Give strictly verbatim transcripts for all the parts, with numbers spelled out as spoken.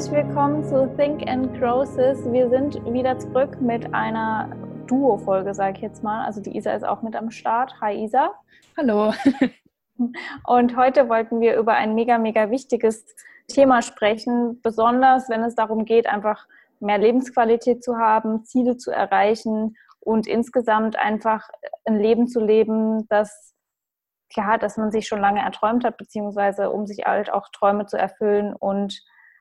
herzlich willkommen zu Think and Grow Sis. Wir sind wieder zurück mit einer Duo-Folge, sage ich jetzt mal. Also die Isa ist auch mit am Start. Hi Isa. Hallo. Und heute wollten wir über ein mega, mega wichtiges Thema sprechen, besonders wenn es darum geht, einfach mehr Lebensqualität zu haben, Ziele zu erreichen und insgesamt einfach ein Leben zu leben, das ja, dass man sich schon lange erträumt hat, beziehungsweise um sich halt auch Träume zu erfüllen und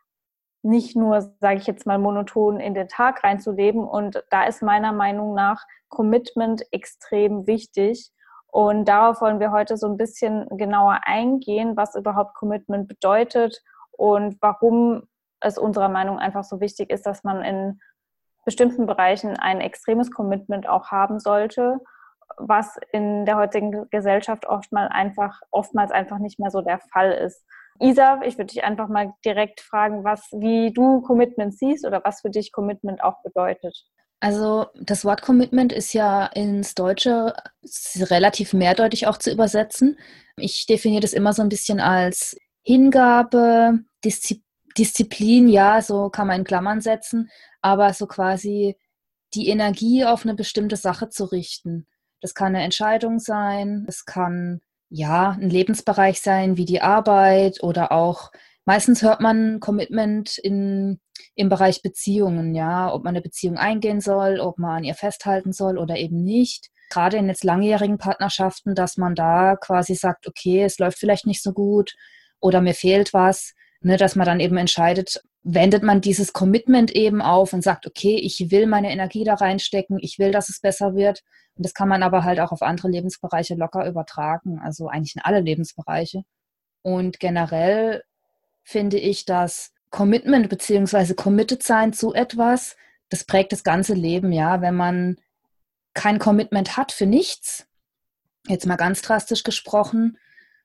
nicht nur, sage ich jetzt mal, monoton in den Tag reinzuleben. Und da ist meiner Meinung nach Commitment extrem wichtig. Und darauf wollen wir heute so ein bisschen genauer eingehen, was überhaupt Commitment bedeutet und warum es unserer Meinung nach einfach so wichtig ist, dass man in bestimmten Bereichen ein extremes Commitment auch haben sollte, was in der heutigen Gesellschaft oftmals einfach, oftmals einfach nicht mehr so der Fall ist. Isa, ich würde dich einfach mal direkt fragen, was, wie du Commitment siehst oder was für dich Commitment auch bedeutet. Also das Wort Commitment ist ja ins Deutsche relativ mehrdeutig auch zu übersetzen. Ich definiere das immer so ein bisschen als Hingabe, Diszi- Disziplin, ja, so kann man in Klammern setzen, aber so quasi die Energie auf eine bestimmte Sache zu richten. Das kann eine Entscheidung sein, es kann ja ein Lebensbereich sein, wie die Arbeit oder auch, meistens hört man Commitment in, im Bereich Beziehungen, ja, ob man eine Beziehung eingehen soll, ob man an ihr festhalten soll oder eben nicht. Gerade in jetzt langjährigen Partnerschaften, dass man da quasi sagt, okay, es läuft vielleicht nicht so gut oder mir fehlt was, ne, dass man dann eben entscheidet, wendet man dieses Commitment eben auf und sagt, okay, ich will meine Energie da reinstecken, ich will, dass es besser wird. Und das kann man aber halt auch auf andere Lebensbereiche locker übertragen, also eigentlich in alle Lebensbereiche. Und generell finde ich, dass Commitment beziehungsweise committed sein zu etwas, das prägt das ganze Leben, ja. Wenn man kein Commitment hat für nichts, jetzt mal ganz drastisch gesprochen,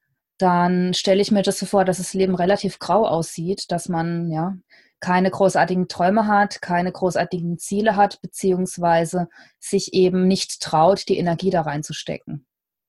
dann stelle ich mir das so vor, dass das Leben relativ grau aussieht, dass man ja keine großartigen Träume hat, keine großartigen Ziele hat, beziehungsweise sich eben nicht traut, die Energie da reinzustecken.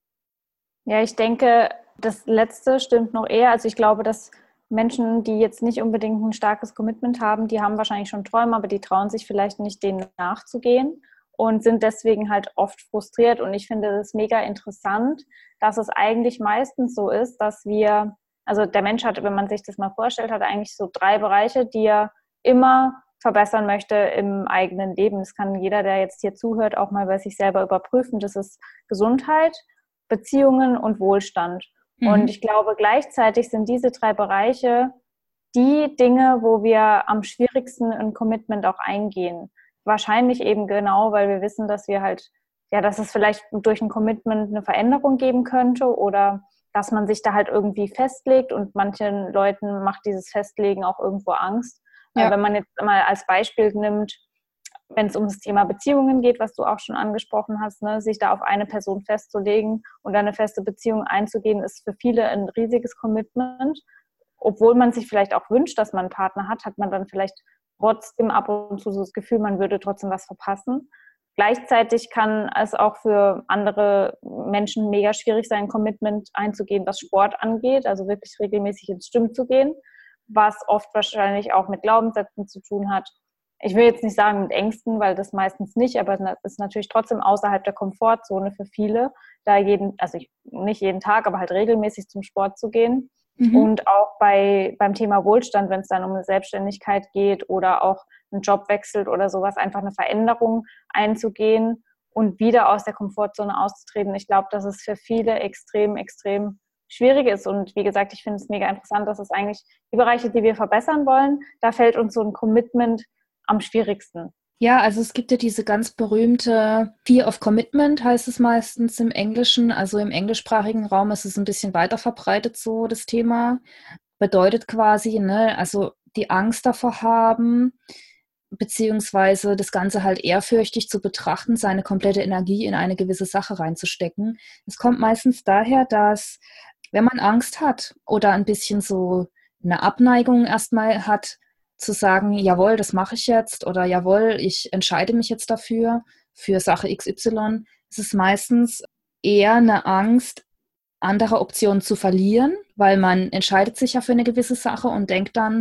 Ja, ich denke, das Letzte stimmt noch eher. Also ich glaube, dass Menschen, die jetzt nicht unbedingt ein starkes Commitment haben, die haben wahrscheinlich schon Träume, aber die trauen sich vielleicht nicht, denen nachzugehen und sind deswegen halt oft frustriert. Und ich finde es mega interessant, dass es eigentlich meistens so ist, dass wir, also der Mensch hat, wenn man sich das mal vorstellt, hat eigentlich so drei Bereiche, die er immer verbessern möchte im eigenen Leben. Das kann jeder, der jetzt hier zuhört, auch mal bei sich selber überprüfen. Das ist Gesundheit, Beziehungen und Wohlstand. Und Mhm. ich glaube, gleichzeitig sind diese drei Bereiche die Dinge, wo wir am schwierigsten ein Commitment auch eingehen. Wahrscheinlich eben genau, weil wir wissen, dass wir halt, ja, dass es vielleicht durch ein Commitment eine Veränderung geben könnte oder dass man sich da halt irgendwie festlegt und manchen Leuten macht dieses Festlegen auch irgendwo Angst. Äh, Ja. wenn man jetzt mal als Beispiel nimmt, wenn es um das Thema Beziehungen geht, was du auch schon angesprochen hast, ne, sich da auf eine Person festzulegen und eine feste Beziehung einzugehen, ist für viele ein riesiges Commitment. Obwohl man sich vielleicht auch wünscht, dass man einen Partner hat, hat man dann vielleicht trotzdem ab und zu so das Gefühl, man würde trotzdem was verpassen. Gleichzeitig kann es auch für andere Menschen mega schwierig sein, ein Commitment einzugehen, was Sport angeht, also wirklich regelmäßig ins Gym zu gehen, was oft wahrscheinlich auch mit Glaubenssätzen zu tun hat. Ich will jetzt nicht sagen mit Ängsten, weil das meistens nicht, aber es ist natürlich trotzdem außerhalb der Komfortzone für viele, da jeden, also nicht jeden Tag, aber halt regelmäßig zum Sport zu gehen. Mhm. Und auch bei, beim Thema Wohlstand, wenn es dann um eine Selbstständigkeit geht oder auch einen Job wechselt oder sowas, einfach eine Veränderung einzugehen und wieder aus der Komfortzone auszutreten. Ich glaube, dass es für viele extrem, extrem schwierig ist. Und wie gesagt, ich finde es mega interessant, dass es eigentlich die Bereiche, die wir verbessern wollen, da fällt uns so ein Commitment am schwierigsten. Ja, also es gibt ja diese ganz berühmte Fear of Commitment, heißt es meistens im Englischen. Also im englischsprachigen Raum ist es ein bisschen weiter verbreitet, so das Thema. Bedeutet quasi, ne, also die Angst davor haben, beziehungsweise das Ganze halt ehrfürchtig zu betrachten, seine komplette Energie in eine gewisse Sache reinzustecken. Es kommt meistens daher, dass wenn man Angst hat oder ein bisschen so eine Abneigung erstmal hat, zu sagen, jawohl, das mache ich jetzt oder jawohl, ich entscheide mich jetzt dafür, für Sache X Y, ist es meistens eher eine Angst, andere Optionen zu verlieren, weil man entscheidet sich ja für eine gewisse Sache und denkt dann,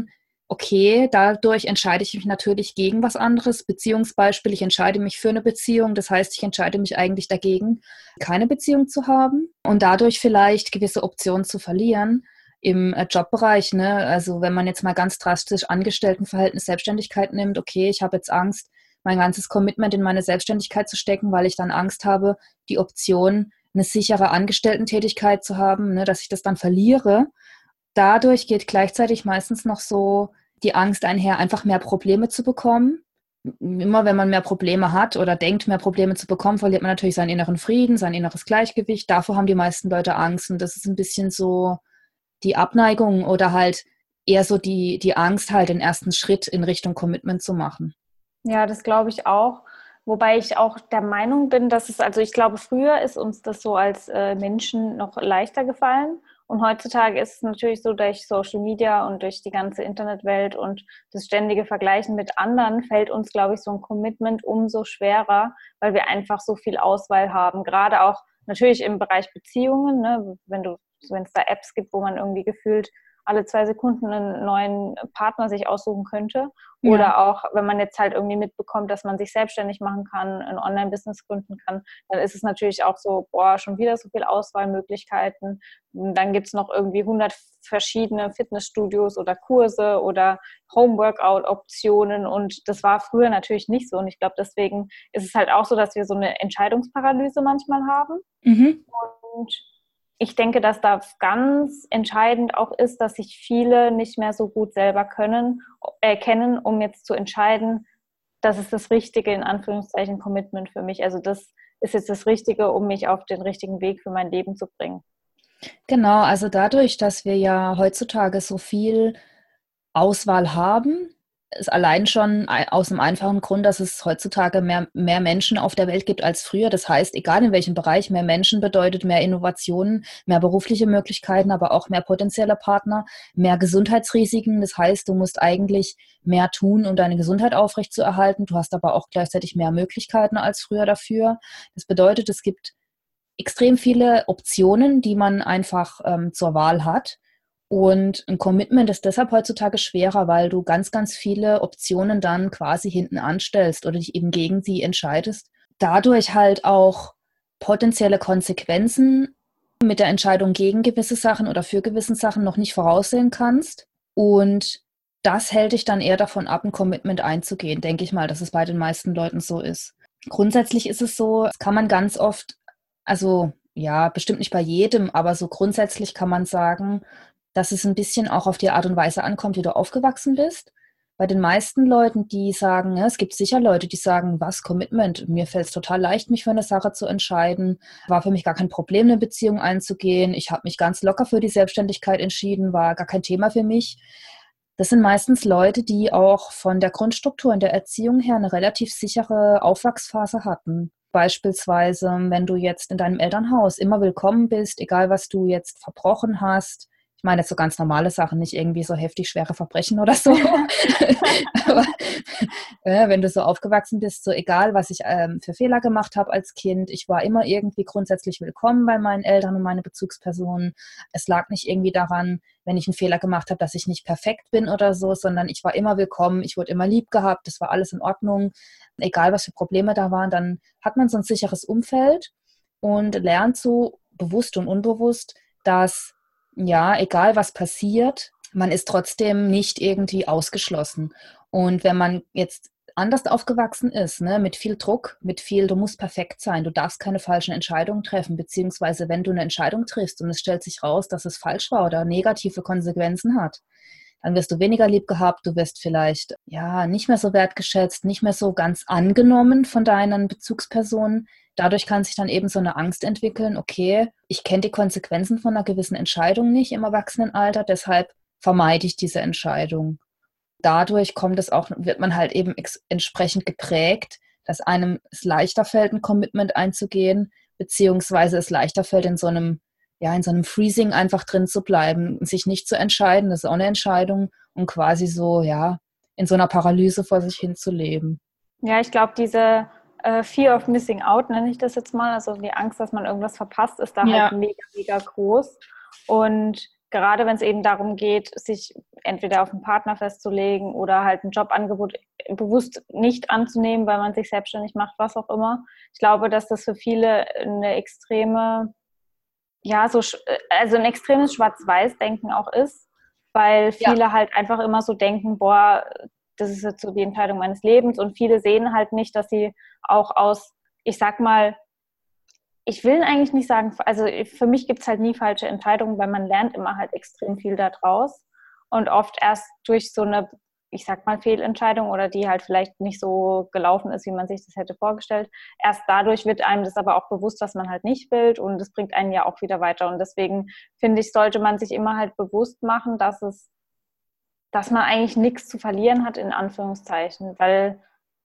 okay, dadurch entscheide ich mich natürlich gegen was anderes. Beziehungsbeispiel, ich entscheide mich für eine Beziehung. Das heißt, ich entscheide mich eigentlich dagegen, keine Beziehung zu haben und dadurch vielleicht gewisse Optionen zu verlieren im äh, Jobbereich. Ne? Also wenn man jetzt mal ganz drastisch Angestelltenverhältnis Selbstständigkeit nimmt, okay, ich habe jetzt Angst, mein ganzes Commitment in meine Selbstständigkeit zu stecken, weil ich dann Angst habe, die Option, eine sichere Angestellten-Tätigkeit zu haben, ne, dass ich das dann verliere. Dadurch geht gleichzeitig meistens noch so die Angst einher, einfach mehr Probleme zu bekommen. Immer wenn man mehr Probleme hat oder denkt, mehr Probleme zu bekommen, verliert man natürlich seinen inneren Frieden, sein inneres Gleichgewicht. Davor haben die meisten Leute Angst. Und das ist ein bisschen so die Abneigung oder halt eher so die, die Angst, halt den ersten Schritt in Richtung Commitment zu machen. Ja, das glaube ich auch. Wobei ich auch der Meinung bin, dass es, also ich glaube, früher ist uns das so als äh, Menschen noch leichter gefallen. Und heutzutage ist es natürlich so, durch Social Media und durch die ganze Internetwelt und das ständige Vergleichen mit anderen fällt uns, glaube ich, so ein Commitment umso schwerer, weil wir einfach so viel Auswahl haben. Gerade auch natürlich im Bereich Beziehungen, ne? Wenn du, wenn es da Apps gibt, wo man irgendwie gefühlt alle zwei Sekunden einen neuen Partner sich aussuchen könnte. Oder Ja. auch, wenn man jetzt halt irgendwie mitbekommt, dass man sich selbstständig machen kann, ein Online-Business gründen kann, dann ist es natürlich auch so, boah, schon wieder so viel Auswahlmöglichkeiten. Dann gibt es noch irgendwie hundert verschiedene Fitnessstudios oder Kurse oder Home-Workout-Optionen und das war früher natürlich nicht so. Und ich glaube, deswegen ist es halt auch so, dass wir so eine Entscheidungsparalyse manchmal haben. Mhm. Und ich denke, dass da ganz entscheidend auch ist, dass sich viele nicht mehr so gut selber können, erkennen, äh, um jetzt zu entscheiden, das ist das richtige, in Anführungszeichen, Commitment für mich. Also das ist jetzt das Richtige, um mich auf den richtigen Weg für mein Leben zu bringen. Genau, also dadurch, dass wir ja heutzutage so viel Auswahl haben, ist allein schon aus dem einfachen Grund, dass es heutzutage mehr, mehr Menschen auf der Welt gibt als früher. Das heißt, egal in welchem Bereich, mehr Menschen bedeutet mehr Innovationen, mehr berufliche Möglichkeiten, aber auch mehr potenzielle Partner, mehr Gesundheitsrisiken. Das heißt, du musst eigentlich mehr tun, um deine Gesundheit aufrechtzuerhalten. Du hast aber auch gleichzeitig mehr Möglichkeiten als früher dafür. Das bedeutet, es gibt extrem viele Optionen, die man einfach ähm, zur Wahl hat. Und ein Commitment ist deshalb heutzutage schwerer, weil du ganz, ganz viele Optionen dann quasi hinten anstellst oder dich eben gegen sie entscheidest. Dadurch halt auch potenzielle Konsequenzen mit der Entscheidung gegen gewisse Sachen oder für gewisse Sachen noch nicht voraussehen kannst. Und das hält dich dann eher davon ab, ein Commitment einzugehen, denke ich mal, dass es bei den meisten Leuten so ist. Grundsätzlich ist es so, das kann man ganz oft, also ja, bestimmt nicht bei jedem, aber so grundsätzlich kann man sagen, dass es ein bisschen auch auf die Art und Weise ankommt, wie du aufgewachsen bist. Bei den meisten Leuten, die sagen, ja, es gibt sicher Leute, die sagen, was, Commitment, mir fällt es total leicht, mich für eine Sache zu entscheiden, war für mich gar kein Problem, eine Beziehung einzugehen, ich habe mich ganz locker für die Selbstständigkeit entschieden, war gar kein Thema für mich. Das sind meistens Leute, die auch von der Grundstruktur in der Erziehung her eine relativ sichere Aufwachsphase hatten. Beispielsweise, wenn du jetzt in deinem Elternhaus immer willkommen bist, egal was du jetzt verbrochen hast. Ich meine jetzt so ganz normale Sachen, nicht irgendwie so heftig schwere Verbrechen oder so. Aber äh, wenn du so aufgewachsen bist, so egal, was ich ähm, für Fehler gemacht habe als Kind, ich war immer irgendwie grundsätzlich willkommen bei meinen Eltern und meine Bezugspersonen. Es lag nicht irgendwie daran, wenn ich einen Fehler gemacht habe, dass ich nicht perfekt bin oder so, sondern ich war immer willkommen, ich wurde immer lieb gehabt, das war alles in Ordnung. Egal, was für Probleme da waren, dann hat man so ein sicheres Umfeld und lernt so bewusst und unbewusst, dass ja, egal was passiert, man ist trotzdem nicht irgendwie ausgeschlossen. Und wenn man jetzt anders aufgewachsen ist, ne, mit viel Druck, mit viel, du musst perfekt sein, du darfst keine falschen Entscheidungen treffen, beziehungsweise wenn du eine Entscheidung triffst und es stellt sich raus, dass es falsch war oder negative Konsequenzen hat, dann wirst du weniger lieb gehabt, du wirst vielleicht ja nicht mehr so wertgeschätzt, nicht mehr so ganz angenommen von deinen Bezugspersonen. Dadurch kann sich dann eben so eine Angst entwickeln, okay, ich kenne die Konsequenzen von einer gewissen Entscheidung nicht im Erwachsenenalter, deshalb vermeide ich diese Entscheidung. Dadurch kommt es auch, wird man halt eben ex- entsprechend geprägt, dass einem es leichter fällt, ein Commitment einzugehen, beziehungsweise es leichter fällt, in so einem ja, in so einem Freezing einfach drin zu bleiben, sich nicht zu entscheiden, das ist auch eine Entscheidung und quasi so, ja, in so einer Paralyse vor sich hin zu leben. Ja, ich glaube, diese äh, Fear of Missing Out, nenne ich das jetzt mal, also die Angst, dass man irgendwas verpasst, ist da halt Ja. mega, mega groß. Und gerade wenn es eben darum geht, sich entweder auf einen Partner festzulegen oder halt ein Jobangebot bewusst nicht anzunehmen, weil man sich selbstständig macht, was auch immer. Ich glaube, dass das für viele eine extreme, ja, so, also ein extremes Schwarz-Weiß-Denken auch ist, weil viele ja. halt einfach immer so denken, boah, das ist jetzt so die Entscheidung meines Lebens, und viele sehen halt nicht, dass sie auch aus, ich sag mal, ich will eigentlich nicht sagen, also für mich gibt es halt nie falsche Entscheidungen, weil man lernt immer halt extrem viel daraus und oft erst durch so eine, ich sag mal, Fehlentscheidung oder die halt vielleicht nicht so gelaufen ist, wie man sich das hätte vorgestellt. Erst dadurch wird einem das aber auch bewusst, was man halt nicht will, und das bringt einen ja auch wieder weiter. Und deswegen finde ich, sollte man sich immer halt bewusst machen, dass es, dass man eigentlich nichts zu verlieren hat, in Anführungszeichen, weil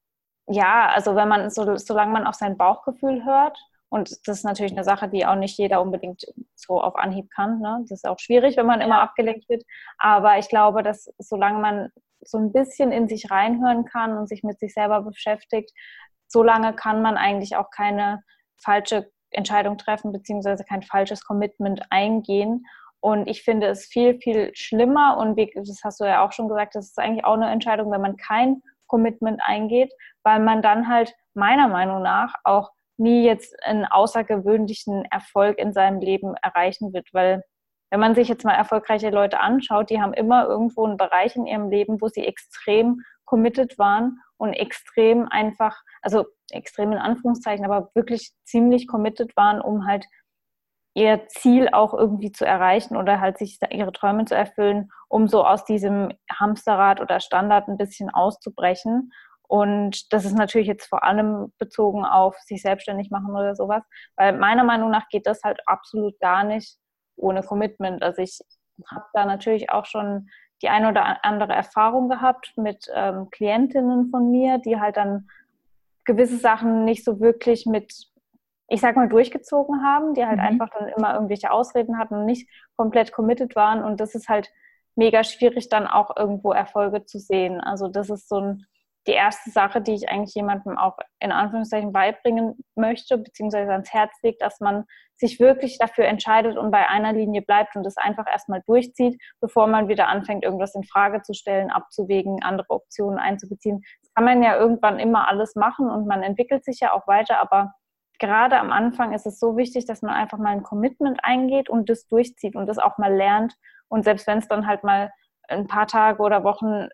ja, also wenn man, so, solange man auf sein Bauchgefühl hört, und das ist natürlich eine Sache, die auch nicht jeder unbedingt so auf Anhieb kann, ne? Das ist auch schwierig, wenn man immer abgelenkt wird. Aber ich glaube, dass solange man so ein bisschen in sich reinhören kann und sich mit sich selber beschäftigt, solange kann man eigentlich auch keine falsche Entscheidung treffen, beziehungsweise kein falsches Commitment eingehen. Und ich finde es viel, viel schlimmer, und wie, das hast du ja auch schon gesagt, das ist eigentlich auch eine Entscheidung, wenn man kein Commitment eingeht, weil man dann halt meiner Meinung nach auch nie jetzt einen außergewöhnlichen Erfolg in seinem Leben erreichen wird, weil wenn man sich jetzt mal erfolgreiche Leute anschaut, die haben immer irgendwo einen Bereich in ihrem Leben, wo sie extrem committed waren und extrem einfach, also extrem in Anführungszeichen, aber wirklich ziemlich committed waren, um halt ihr Ziel auch irgendwie zu erreichen oder halt sich ihre Träume zu erfüllen, um so aus diesem Hamsterrad oder Standard ein bisschen auszubrechen. Und das ist natürlich jetzt vor allem bezogen auf sich selbstständig machen oder sowas, weil meiner Meinung nach geht das halt absolut gar nicht ohne Commitment. Also ich habe da natürlich auch schon die eine oder andere Erfahrung gehabt mit ähm, Klientinnen von mir, die halt dann gewisse Sachen nicht so wirklich mit, ich sag mal, durchgezogen haben, die halt mhm. einfach dann immer irgendwelche Ausreden hatten und nicht komplett committed waren. Und das ist halt mega schwierig, dann auch irgendwo Erfolge zu sehen. Also das ist so ein die erste Sache, die ich eigentlich jemandem auch in Anführungszeichen beibringen möchte, beziehungsweise ans Herz legt, dass man sich wirklich dafür entscheidet und bei einer Linie bleibt und das einfach erstmal durchzieht, bevor man wieder anfängt, irgendwas in Frage zu stellen, abzuwägen, andere Optionen einzubeziehen. Das kann man ja irgendwann immer alles machen und man entwickelt sich ja auch weiter, aber gerade am Anfang ist es so wichtig, dass man einfach mal ein Commitment eingeht und das durchzieht und das auch mal lernt, und selbst wenn es dann halt mal ein paar Tage oder Wochen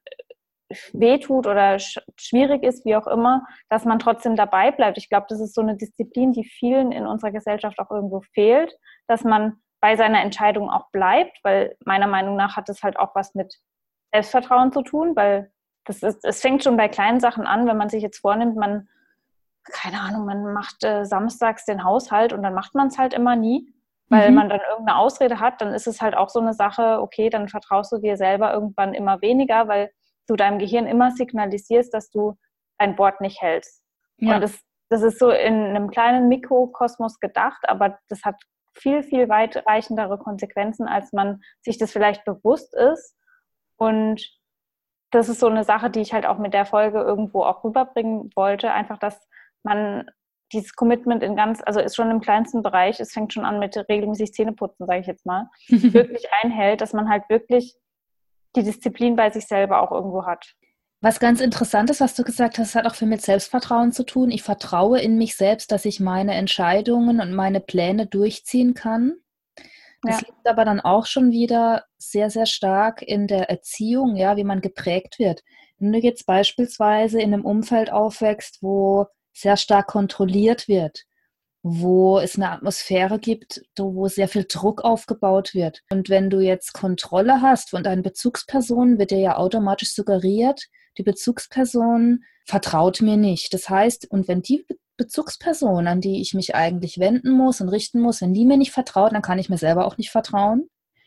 wehtut oder sch- schwierig ist, wie auch immer, dass man trotzdem dabei bleibt. Ich glaube, das ist so eine Disziplin, die vielen in unserer Gesellschaft auch irgendwo fehlt, dass man bei seiner Entscheidung auch bleibt, weil meiner Meinung nach hat das halt auch was mit Selbstvertrauen zu tun, weil das ist, es fängt schon bei kleinen Sachen an, wenn man sich jetzt vornimmt, man, keine Ahnung, man macht äh, samstags den Haushalt und dann macht man es halt immer nie, weil mhm. man dann irgendeine Ausrede hat, dann ist es halt auch so eine Sache, okay, dann vertraust du dir selber irgendwann immer weniger, weil du deinem Gehirn immer signalisierst, dass du dein Wort nicht hältst. Ja. Und das, das ist so in einem kleinen Mikrokosmos gedacht, aber das hat viel, viel weitreichendere Konsequenzen, als man sich das vielleicht bewusst ist. Und das ist so eine Sache, die ich halt auch mit der Folge irgendwo auch rüberbringen wollte, einfach, dass man dieses Commitment in ganz, also ist schon im kleinsten Bereich, es fängt schon an mit regelmäßig Zähneputzen, sage ich jetzt mal, wirklich einhält, dass man halt wirklich die Disziplin bei sich selber auch irgendwo hat. Was ganz interessant ist, was du gesagt hast, hat auch viel mit Selbstvertrauen zu tun. Ich vertraue in mich selbst, dass ich meine Entscheidungen und meine Pläne durchziehen kann. Das ja. liegt aber dann auch schon wieder sehr, sehr stark in der Erziehung, ja, wie man geprägt wird. Wenn du jetzt beispielsweise in einem Umfeld aufwächst, wo sehr stark kontrolliert wird, wo es eine Atmosphäre gibt, wo sehr viel Druck aufgebaut wird. Und wenn du jetzt Kontrolle hast von deinen Bezugspersonen, wird dir ja automatisch suggeriert, die Bezugsperson vertraut mir nicht. Das heißt, und wenn die Bezugsperson, an die ich mich eigentlich wenden muss und richten muss, wenn die mir nicht vertraut, dann kann ich mir selber auch nicht vertrauen.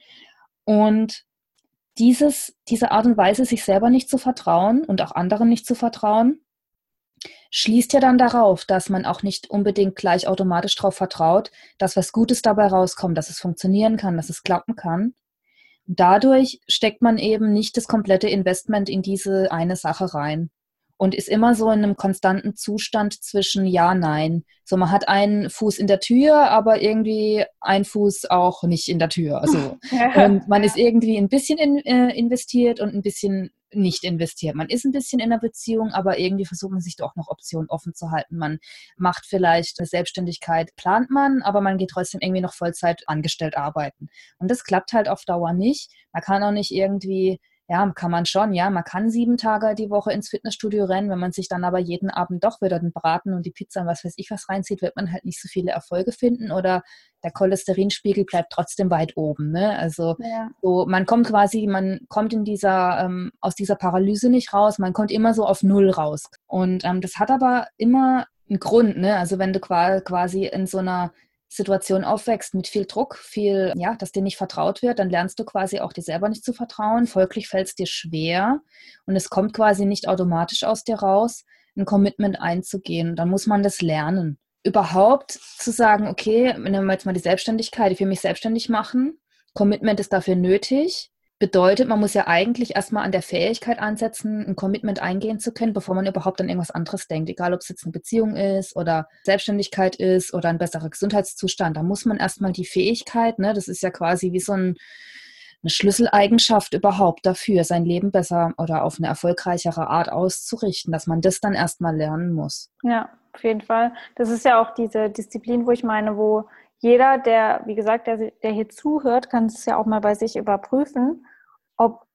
Und dieses, diese Art und Weise, sich selber nicht zu vertrauen und auch anderen nicht zu vertrauen, schließt ja dann darauf, dass man auch nicht unbedingt gleich automatisch darauf vertraut, dass was Gutes dabei rauskommt, dass es funktionieren kann, dass es klappen kann. Dadurch steckt man eben nicht das komplette Investment in diese eine Sache rein. und ist immer so in einem konstanten Zustand zwischen Ja, Nein. So, man hat einen Fuß in der Tür, aber irgendwie einen Fuß auch nicht in der Tür. Also, Ja. und man ist irgendwie ein bisschen in, äh, investiert und ein bisschen nicht investiert. Man ist ein bisschen in einer Beziehung, aber irgendwie versucht man sich doch noch Optionen offen zu halten. Man macht vielleicht eine Selbstständigkeit, plant man, aber man geht trotzdem irgendwie noch Vollzeit angestellt arbeiten. Und das klappt halt auf Dauer nicht. Man kann auch nicht irgendwie, ja, kann man schon, ja, man kann sieben Tage die Woche ins Fitnessstudio rennen, wenn man sich dann aber jeden Abend doch wieder den Braten und die Pizza und was weiß ich was reinzieht, wird man halt nicht so viele Erfolge finden oder der Cholesterinspiegel bleibt trotzdem weit oben, ne? Also Ja. so, man kommt quasi, man kommt in dieser, ähm, aus dieser Paralyse nicht raus, man kommt immer so auf Null raus. Und ähm, das hat aber immer einen Grund, ne? Also wenn du quasi in so einer Situation aufwächst mit viel Druck, viel, ja, dass dir nicht vertraut wird, dann lernst du quasi auch dir selber nicht zu vertrauen. Folglich fällt es dir schwer und es kommt quasi nicht automatisch aus dir raus, ein Commitment einzugehen. Dann muss man das lernen. Überhaupt zu sagen, okay, nehmen wir jetzt mal die Selbstständigkeit, ich will mich selbstständig machen. Commitment ist dafür nötig. Bedeutet, man muss ja eigentlich erstmal an der Fähigkeit ansetzen, ein Commitment eingehen zu können, bevor man überhaupt an irgendwas anderes denkt. Egal, ob es jetzt eine Beziehung ist oder Selbstständigkeit ist oder ein besserer Gesundheitszustand. Da muss man erstmal die Fähigkeit, ne, das ist ja quasi wie so ein, eine Schlüsseleigenschaft überhaupt dafür, sein Leben besser oder auf eine erfolgreichere Art auszurichten, dass man das dann erstmal lernen muss. Ja, auf jeden Fall. Das ist ja auch diese Disziplin, wo ich meine, wo jeder, der, wie gesagt, der, der hier zuhört, kann es ja auch mal bei sich überprüfen, ob,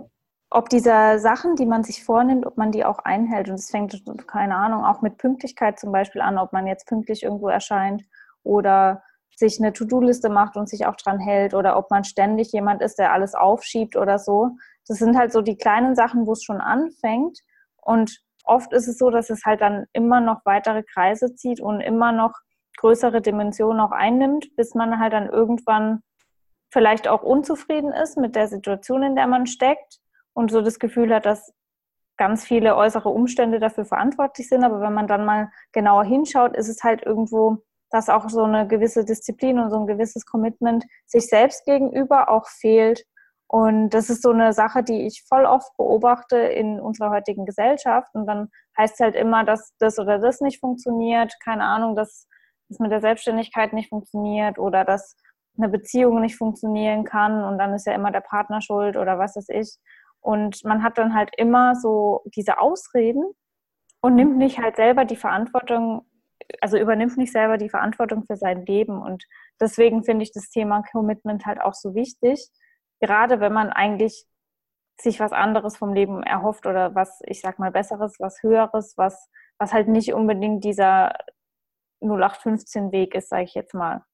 ob diese Sachen, die man sich vornimmt, ob man die auch einhält. Und es fängt, keine Ahnung, auch mit Pünktlichkeit zum Beispiel an, ob man jetzt pünktlich irgendwo erscheint oder sich eine To-Do-Liste macht und sich auch dran hält oder ob man ständig jemand ist, der alles aufschiebt oder so. Das sind halt so die kleinen Sachen, wo es schon anfängt. Und oft ist es so, dass es halt dann immer noch weitere Kreise zieht und immer noch größere Dimensionen auch einnimmt, bis man halt dann irgendwann vielleicht auch unzufrieden ist mit der Situation, in der man steckt und so das Gefühl hat, dass ganz viele äußere Umstände dafür verantwortlich sind. Aber wenn man dann mal genauer hinschaut, ist es halt irgendwo, dass auch so eine gewisse Disziplin und so ein gewisses Commitment sich selbst gegenüber auch fehlt. Und das ist so eine Sache, die ich voll oft beobachte in unserer heutigen Gesellschaft. Und dann heißt es halt immer, dass das oder das nicht funktioniert. Keine Ahnung, dass das mit der Selbstständigkeit nicht funktioniert oder dass eine Beziehung nicht funktionieren kann. Und dann ist ja immer der Partner schuld oder was weiß ich. Und man hat dann halt immer so diese Ausreden und nimmt nicht halt selber die Verantwortung, also übernimmt nicht selber die Verantwortung für sein Leben. Und deswegen finde ich das Thema Commitment halt auch so wichtig. Gerade wenn man eigentlich sich was anderes vom Leben erhofft oder was, ich sag mal, Besseres, was Höheres, was, was halt nicht unbedingt dieser null acht fünfzehn Weg ist, sage ich jetzt mal.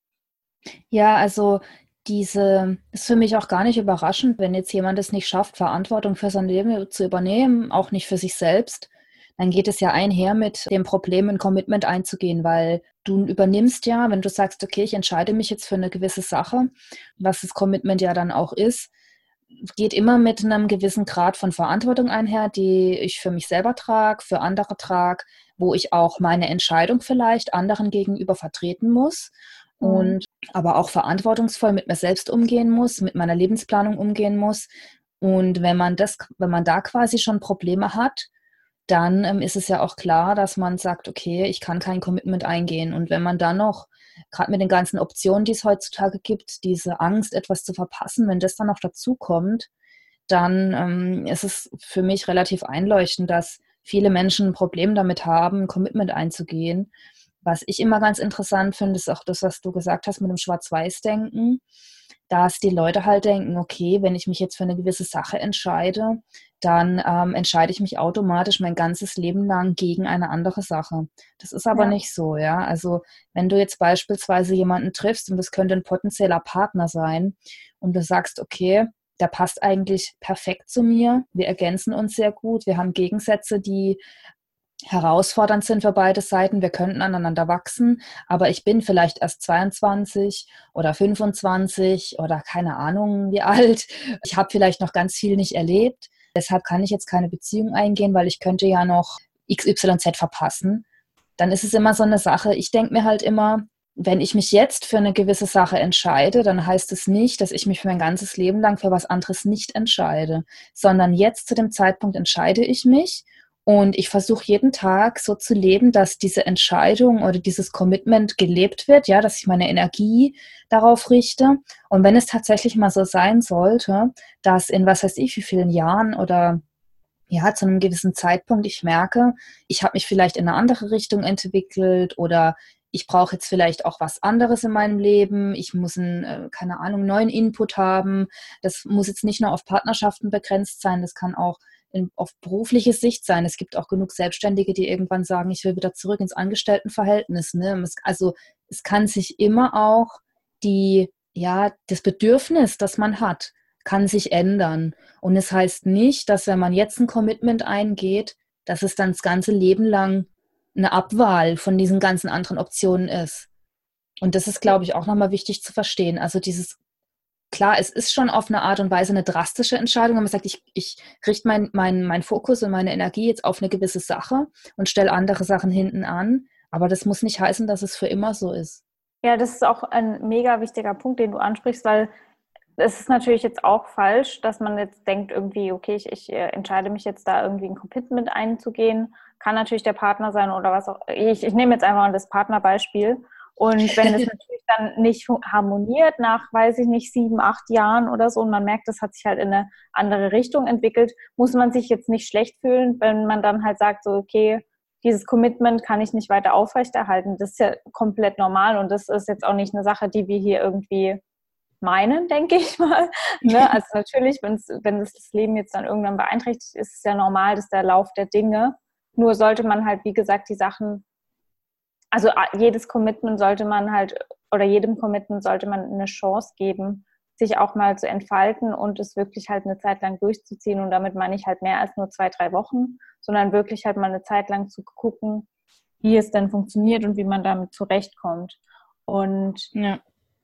Ja, also diese ist für mich auch gar nicht überraschend, wenn jetzt jemand es nicht schafft, Verantwortung für sein Leben zu übernehmen, auch nicht für sich selbst, dann geht es ja einher mit dem Problem, ein Commitment einzugehen, weil du übernimmst ja, wenn du sagst, okay, ich entscheide mich jetzt für eine gewisse Sache, was das Commitment ja dann auch ist, geht immer mit einem gewissen Grad von Verantwortung einher, die ich für mich selber trage, für andere trage, wo ich auch meine Entscheidung vielleicht anderen gegenüber vertreten muss und aber auch verantwortungsvoll mit mir selbst umgehen muss, mit meiner Lebensplanung umgehen muss. Und wenn man das, wenn man da quasi schon Probleme hat, dann ähm, ist es ja auch klar, dass man sagt, okay, ich kann kein Commitment eingehen. Und wenn man dann noch, gerade mit den ganzen Optionen, die es heutzutage gibt, diese Angst, etwas zu verpassen, wenn das dann noch dazu kommt, dann ähm, ist es für mich relativ einleuchtend, dass viele Menschen ein Problem damit haben, ein Commitment einzugehen. Was ich immer ganz interessant finde, ist auch das, was du gesagt hast mit dem Schwarz-Weiß-Denken, dass die Leute halt denken, okay, wenn ich mich jetzt für eine gewisse Sache entscheide, dann ähm, entscheide ich mich automatisch mein ganzes Leben lang gegen eine andere Sache. Das ist aber Ja. nicht so, ja. Also wenn du jetzt beispielsweise jemanden triffst und das könnte ein potenzieller Partner sein und du sagst, okay, der passt eigentlich perfekt zu mir, wir ergänzen uns sehr gut, wir haben Gegensätze, die herausfordernd sind für beide Seiten. Wir könnten aneinander wachsen, aber ich bin vielleicht erst zweiundzwanzig oder fünfundzwanzig oder keine Ahnung wie alt. Ich habe vielleicht noch ganz viel nicht erlebt. Deshalb kann ich jetzt keine Beziehung eingehen, weil ich könnte ja noch X Y Z verpassen. Dann ist es immer so eine Sache. Ich denke mir halt immer, wenn ich mich jetzt für eine gewisse Sache entscheide, dann heißt es nicht, dass ich mich für mein ganzes Leben lang für was anderes nicht entscheide, sondern jetzt zu dem Zeitpunkt entscheide ich mich. Und ich versuche jeden Tag so zu leben, dass diese Entscheidung oder dieses Commitment gelebt wird, ja, dass ich meine Energie darauf richte. Und wenn es tatsächlich mal so sein sollte, dass in was weiß ich wie vielen Jahren oder ja, zu einem gewissen Zeitpunkt ich merke, ich habe mich vielleicht in eine andere Richtung entwickelt oder ich brauche jetzt vielleicht auch was anderes in meinem Leben, ich muss einen, äh, keine Ahnung, neuen Input haben. Das muss jetzt nicht nur auf Partnerschaften begrenzt sein, das kann auch in, auf berufliche Sicht sein. Es gibt auch genug Selbstständige, die irgendwann sagen, ich will wieder zurück ins Angestelltenverhältnis. Ne? Es, also es kann sich immer auch die, ja, das Bedürfnis, das man hat, kann sich ändern. Und es heißt nicht, dass wenn man jetzt ein Commitment eingeht, dass es dann das ganze Leben lang eine Abwahl von diesen ganzen anderen Optionen ist. Und das ist, glaube ich, auch nochmal wichtig zu verstehen. Also dieses, klar, es ist schon auf eine Art und Weise eine drastische Entscheidung, wenn man sagt, ich, ich richte meinen mein, mein Fokus und meine Energie jetzt auf eine gewisse Sache und stelle andere Sachen hinten an. Aber das muss nicht heißen, dass es für immer so ist. Ja, das ist auch ein mega wichtiger Punkt, den du ansprichst, weil es ist natürlich jetzt auch falsch, dass man jetzt denkt irgendwie, okay, ich, ich entscheide mich jetzt da irgendwie ein Commitment einzugehen. Kann natürlich der Partner sein oder was auch. Ich, ich nehme jetzt einfach mal das Partnerbeispiel. Und wenn das natürlich dann nicht harmoniert nach, weiß ich nicht, sieben, acht Jahren oder so und man merkt, das hat sich halt in eine andere Richtung entwickelt, muss man sich jetzt nicht schlecht fühlen, wenn man dann halt sagt, so okay, dieses Commitment kann ich nicht weiter aufrechterhalten. Das ist ja komplett normal und das ist jetzt auch nicht eine Sache, die wir hier irgendwie meinen, denke ich mal. Ne? Also natürlich, wenn's, wenn das, das Leben jetzt dann irgendwann beeinträchtigt, ist es ja normal, dass der Lauf der Dinge. Nur sollte man halt, wie gesagt, die Sachen, also jedes Commitment sollte man halt, oder jedem Commitment sollte man eine Chance geben, sich auch mal zu entfalten und es wirklich halt eine Zeit lang durchzuziehen. Und damit meine ich halt mehr als nur zwei, drei Wochen, sondern wirklich halt mal eine Zeit lang zu gucken, wie es denn funktioniert und wie man damit zurechtkommt. Und ja.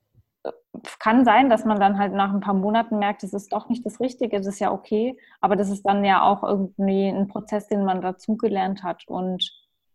Kann sein, dass man dann halt nach ein paar Monaten merkt, es ist doch nicht das Richtige, das ist ja okay, aber das ist dann ja auch irgendwie ein Prozess, den man dazugelernt hat und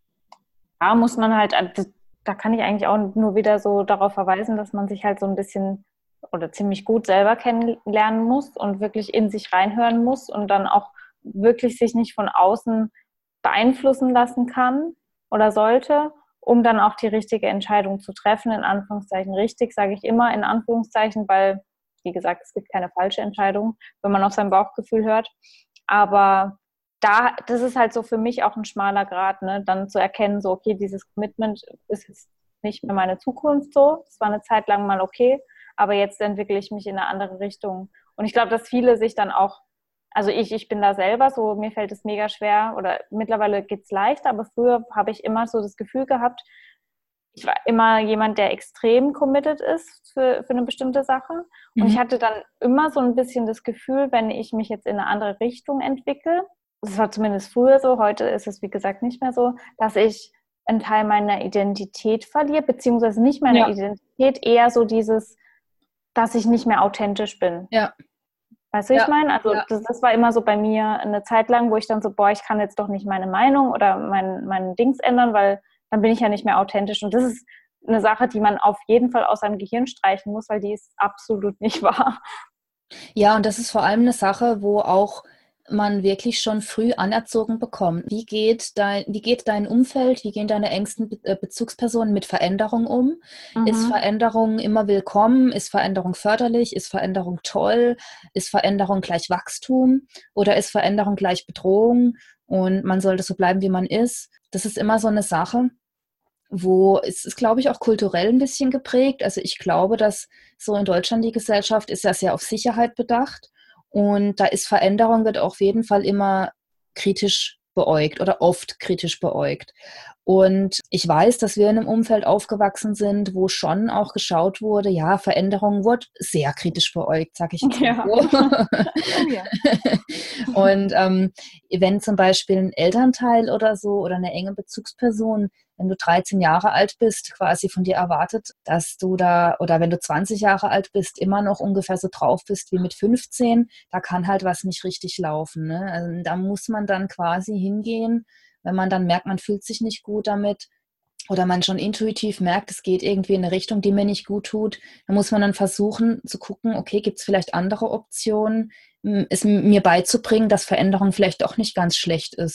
da muss man halt, da kann ich eigentlich auch nur wieder so darauf verweisen, dass man sich halt so ein bisschen oder ziemlich gut selber kennenlernen muss und wirklich in sich reinhören muss und dann auch wirklich sich nicht von außen beeinflussen lassen kann oder sollte, um dann auch die richtige Entscheidung zu treffen, in Anführungszeichen richtig, sage ich immer in Anführungszeichen, weil, wie gesagt, es gibt keine falsche Entscheidung, wenn man auf sein Bauchgefühl hört. Aber da, das ist halt so für mich auch ein schmaler Grat, ne? Dann zu erkennen, so, okay, dieses Commitment ist jetzt nicht mehr meine Zukunft so. Es war eine Zeit lang mal okay, aber jetzt entwickle ich mich in eine andere Richtung. Und ich glaube, dass viele sich dann auch, also ich, ich bin da selber so, mir fällt es mega schwer oder mittlerweile geht es leicht, aber früher habe ich immer so das Gefühl gehabt, ich war immer jemand, der extrem committed ist für, für eine bestimmte Sache. Und mhm. ich hatte dann immer so ein bisschen das Gefühl, wenn ich mich jetzt in eine andere Richtung entwickle, das war zumindest früher so, heute ist es wie gesagt nicht mehr so, dass ich einen Teil meiner Identität verliere, beziehungsweise nicht meine ja. Identität, eher so dieses, dass ich nicht mehr authentisch bin. Ja. Weißt du, wie ja, ich meine? Also ja. das, das war immer so bei mir eine Zeit lang, wo ich dann so, boah, ich kann jetzt doch nicht meine Meinung oder mein, mein Dings ändern, weil dann bin ich ja nicht mehr authentisch. Und das ist eine Sache, die man auf jeden Fall aus seinem Gehirn streichen muss, weil die ist absolut nicht wahr. Ja, und das ist vor allem eine Sache, wo auch man wirklich schon früh anerzogen bekommt. Wie geht dein, wie geht dein Umfeld, wie gehen deine engsten Be- Bezugspersonen mit Veränderung um? Mhm. Ist Veränderung immer willkommen? Ist Veränderung förderlich? Ist Veränderung toll? Ist Veränderung gleich Wachstum? Oder ist Veränderung gleich Bedrohung? Und man sollte so bleiben, wie man ist. Das ist immer so eine Sache, wo es ist, glaube ich, auch kulturell ein bisschen geprägt. Also ich glaube, dass so in Deutschland die Gesellschaft ist ja sehr auf Sicherheit bedacht. Und da ist Veränderung, wird auf jeden Fall immer kritisch beäugt oder oft kritisch beäugt. Und ich weiß, dass wir in einem Umfeld aufgewachsen sind, wo schon auch geschaut wurde, ja, Veränderung wurde sehr kritisch beäugt, sag ich jetzt mal ja. so. Ja. Und ähm, wenn zum Beispiel ein Elternteil oder so oder eine enge Bezugsperson, wenn du dreizehn Jahre alt bist, quasi von dir erwartet, dass du da, oder wenn du zwanzig Jahre alt bist, immer noch ungefähr so drauf bist wie mit fünfzehn, da kann halt was nicht richtig laufen. Ne? Also da muss man dann quasi hingehen, wenn man dann merkt, man fühlt sich nicht gut damit oder man schon intuitiv merkt, es geht irgendwie in eine Richtung, die mir nicht gut tut, dann muss man dann versuchen zu gucken, okay, gibt es vielleicht andere Optionen, es mir beizubringen, dass Veränderung vielleicht auch nicht ganz schlecht ist.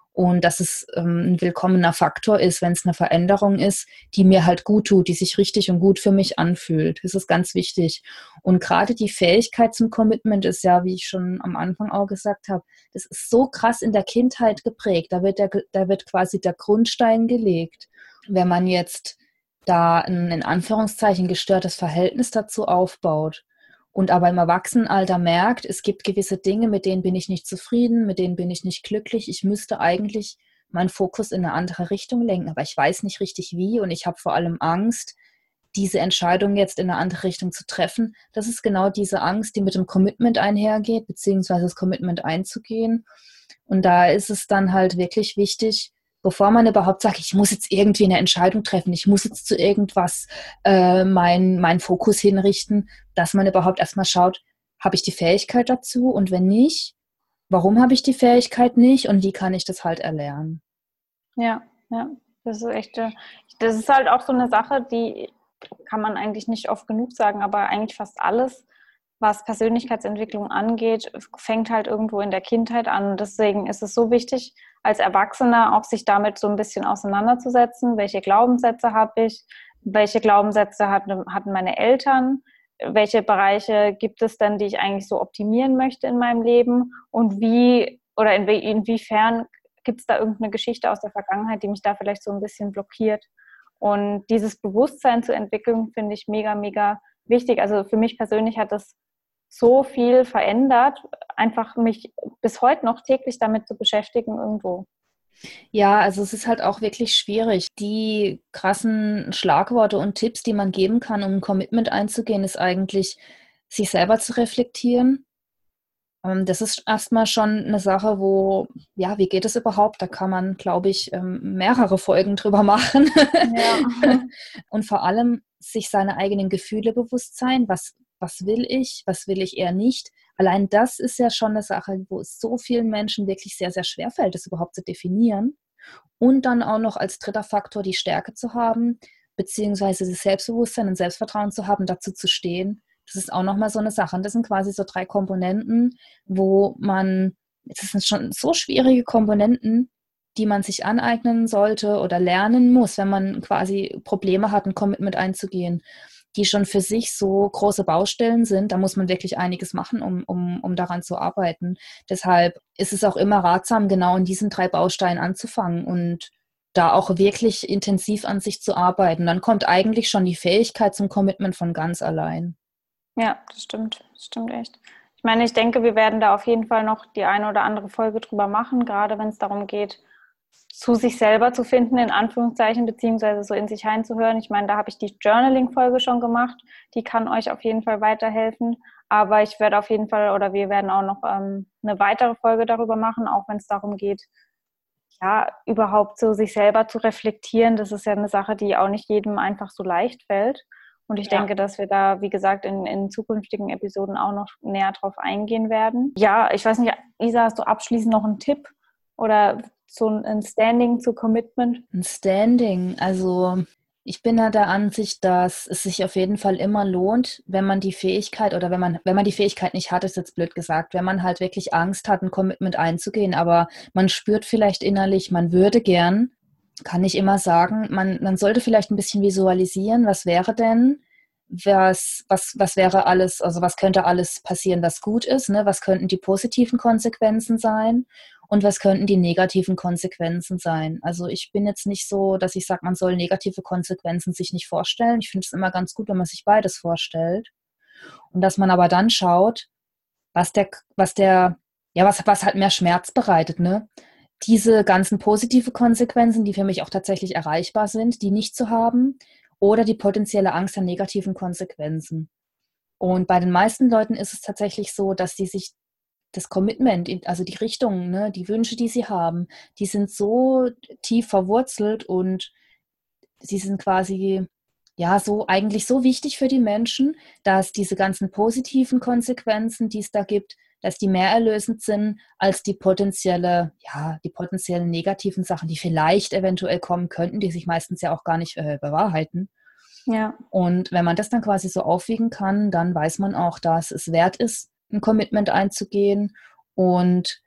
und dass es ähm, ein willkommener Faktor ist, wenn es eine Veränderung ist, die mir halt gut tut, die sich richtig und gut für mich anfühlt. Das ist ganz wichtig. Und gerade die Fähigkeit zum Commitment ist ja, wie ich schon am Anfang auch gesagt habe, das ist so krass in der Kindheit geprägt. Da wird, der, da wird quasi der Grundstein gelegt. Wenn man jetzt da ein in Anführungszeichen gestörtes Verhältnis dazu aufbaut und aber im Erwachsenenalter merkt, es gibt gewisse Dinge, mit denen bin ich nicht zufrieden, mit denen bin ich nicht glücklich, ich müsste eigentlich meinen Fokus in eine andere Richtung lenken, aber ich weiß nicht richtig wie und ich habe vor allem Angst, diese Entscheidung jetzt in eine andere Richtung zu treffen. Das ist genau diese Angst, die mit dem Commitment einhergeht, beziehungsweise das Commitment einzugehen. Und da ist es dann halt wirklich wichtig, bevor man überhaupt sagt, ich muss jetzt irgendwie eine Entscheidung treffen, ich muss jetzt zu irgendwas äh, meinen mein Fokus hinrichten, dass man überhaupt erstmal schaut, habe ich die Fähigkeit dazu und wenn nicht, warum habe ich die Fähigkeit nicht und wie kann ich das halt erlernen? Ja, ja, das ist echt, äh, das ist halt auch so eine Sache, die kann man eigentlich nicht oft genug sagen, aber eigentlich fast alles, was Persönlichkeitsentwicklung angeht, fängt halt irgendwo in der Kindheit an. Und deswegen ist es so wichtig, als Erwachsener auch sich damit so ein bisschen auseinanderzusetzen. Welche Glaubenssätze habe ich? Welche Glaubenssätze hatten, hatten meine Eltern? Welche Bereiche gibt es denn, die ich eigentlich so optimieren möchte in meinem Leben? Und wie oder in, inwiefern gibt es da irgendeine Geschichte aus der Vergangenheit, die mich da vielleicht so ein bisschen blockiert? Und dieses Bewusstsein zu entwickeln, finde ich mega, mega wichtig. Also für mich persönlich hat das so viel verändert, einfach mich bis heute noch täglich damit zu beschäftigen irgendwo. Ja, also es ist halt auch wirklich schwierig. Die krassen Schlagworte und Tipps, die man geben kann, um ein Commitment einzugehen, ist eigentlich, sich selber zu reflektieren. Ähm, Das ist erstmal schon eine Sache, wo, ja, wie geht es überhaupt? Da kann man, glaube ich, ähm, mehrere Folgen drüber machen. Ja, Und vor allem sich seine eigenen Gefühle bewusst sein. Was, was will ich? Was will ich eher nicht? Allein das ist ja schon eine Sache, wo es so vielen Menschen wirklich sehr, sehr schwer fällt, das überhaupt zu definieren. Und dann auch noch als dritter Faktor die Stärke zu haben, beziehungsweise das Selbstbewusstsein und Selbstvertrauen zu haben, dazu zu stehen. Das ist auch nochmal so eine Sache. Und das sind quasi so drei Komponenten, wo man, das sind schon so schwierige Komponenten, die man sich aneignen sollte oder lernen muss, wenn man quasi Probleme hat, ein Commitment einzugehen, die schon für sich so große Baustellen sind. Da muss man wirklich einiges machen, um, um, um daran zu arbeiten. Deshalb ist es auch immer ratsam, genau in diesen drei Bausteinen anzufangen und da auch wirklich intensiv an sich zu arbeiten. Dann kommt eigentlich schon die Fähigkeit zum Commitment von ganz allein. ja, das stimmt. Das stimmt echt. Ich meine, ich denke, wir werden da auf jeden Fall noch die eine oder andere Folge drüber machen, gerade wenn es darum geht, zu sich selber zu finden, in Anführungszeichen, beziehungsweise so in sich reinzuhören. Ich meine, da habe ich die Journaling-Folge schon gemacht. Die kann euch auf jeden Fall weiterhelfen. Aber ich werde auf jeden Fall, oder wir werden auch noch ähm, eine weitere Folge darüber machen, auch wenn es darum geht, ja, überhaupt so sich selber zu reflektieren. Das ist ja eine Sache, die auch nicht jedem einfach so leicht fällt. Und ich Ja. denke, dass wir da, wie gesagt, in, in zukünftigen Episoden auch noch näher drauf eingehen werden. Ja, ich weiß nicht, Isa, hast du abschließend noch einen Tipp oder so ein Standing zu Commitment? Ein Standing, also ich bin ja der Ansicht, dass es sich auf jeden Fall immer lohnt, wenn man die Fähigkeit oder wenn man, wenn man die Fähigkeit nicht hat, ist jetzt blöd gesagt, wenn man halt wirklich Angst hat, ein Commitment einzugehen, aber man spürt vielleicht innerlich, man würde gern, kann ich immer sagen, man, man sollte vielleicht ein bisschen visualisieren, was wäre denn, was, was, was wäre alles, also was könnte alles passieren, was gut ist, ne? Was könnten die positiven Konsequenzen sein? Und was könnten die negativen Konsequenzen sein? Also ich bin jetzt nicht so, dass ich sage, man soll negative Konsequenzen sich nicht vorstellen. Ich finde es immer ganz gut, wenn man sich beides vorstellt. Und dass man aber dann schaut, was der, was der, ja, was, was halt mehr Schmerz bereitet, ne? Diese ganzen positive Konsequenzen, die für mich auch tatsächlich erreichbar sind, die nicht zu haben, oder die potenzielle Angst an negativen Konsequenzen. Und bei den meisten Leuten ist es tatsächlich so, dass sie sich das Commitment, also die Richtung, ne, die Wünsche, die sie haben, die sind so tief verwurzelt und sie sind quasi, ja, so eigentlich so wichtig für die Menschen, dass diese ganzen positiven Konsequenzen, die es da gibt, dass die mehr erlösend sind als die potenzielle, ja, die potenziellen negativen Sachen, die vielleicht eventuell kommen könnten, die sich meistens ja auch gar nicht äh, bewahrheiten. Ja, Und wenn man das dann quasi so aufwiegen kann, dann weiß man auch, dass es wert ist, ein Commitment einzugehen. Und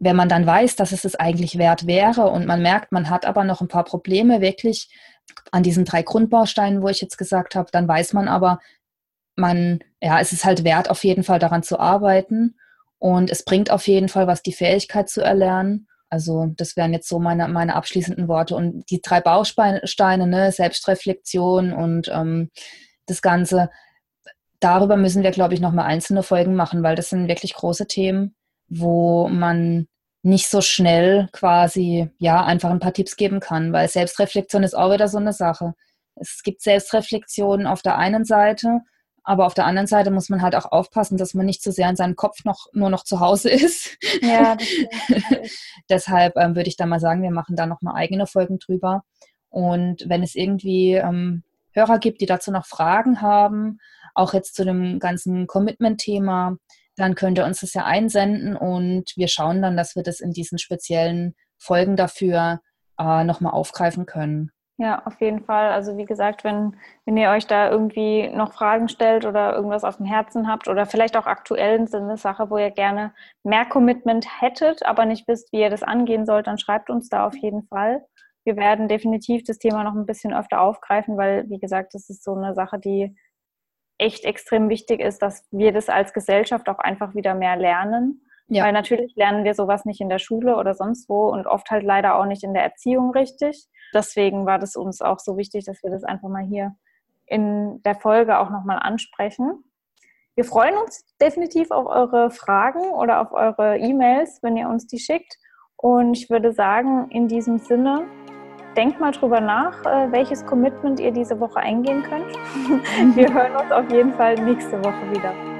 wenn man dann weiß, dass es es eigentlich wert wäre und man merkt, man hat aber noch ein paar Probleme wirklich an diesen drei Grundbausteinen, wo ich jetzt gesagt habe, dann weiß man aber, man, ja, es ist halt wert, auf jeden Fall daran zu arbeiten und es bringt auf jeden Fall was, die Fähigkeit zu erlernen. Also das wären jetzt so meine, meine abschließenden Worte. Und die drei Bausteine, ne, Selbstreflexion und ähm, das Ganze, darüber müssen wir, glaube ich, nochmal einzelne Folgen machen, weil das sind wirklich große Themen, wo man nicht so schnell quasi, ja, einfach ein paar Tipps geben kann, weil Selbstreflexion ist auch wieder so eine Sache. Es gibt Selbstreflexion auf der einen Seite, aber auf der anderen Seite muss man halt auch aufpassen, dass man nicht zu sehr in seinem Kopf noch, nur noch zu Hause ist. Ja, das stimmt. Deshalb ähm, würde ich da mal sagen, wir machen da nochmal eigene Folgen drüber. Und wenn es irgendwie ähm, Hörer gibt, die dazu noch Fragen haben, auch jetzt zu dem ganzen Commitment-Thema, dann könnt ihr uns das ja einsenden und wir schauen dann, dass wir das in diesen speziellen Folgen dafür äh, nochmal aufgreifen können. Ja, auf jeden Fall. Also wie gesagt, wenn, wenn ihr euch da irgendwie noch Fragen stellt oder irgendwas auf dem Herzen habt oder vielleicht auch aktuell ist eine Sache, wo ihr gerne mehr Commitment hättet, aber nicht wisst, wie ihr das angehen sollt, dann schreibt uns da auf jeden Fall. Wir werden definitiv das Thema noch ein bisschen öfter aufgreifen, weil, wie gesagt, das ist so eine Sache, die echt extrem wichtig ist, dass wir das als Gesellschaft auch einfach wieder mehr lernen. Ja. Weil natürlich lernen wir sowas nicht in der Schule oder sonst wo und oft halt leider auch nicht in der Erziehung richtig. Deswegen war das uns auch so wichtig, dass wir das einfach mal hier in der Folge auch nochmal ansprechen. Wir freuen uns definitiv auf eure Fragen oder auf eure E-Mails, wenn ihr uns die schickt. Und ich würde sagen, in diesem Sinne, denkt mal drüber nach, welches Commitment ihr diese Woche eingehen könnt. Wir hören uns auf jeden Fall nächste Woche wieder.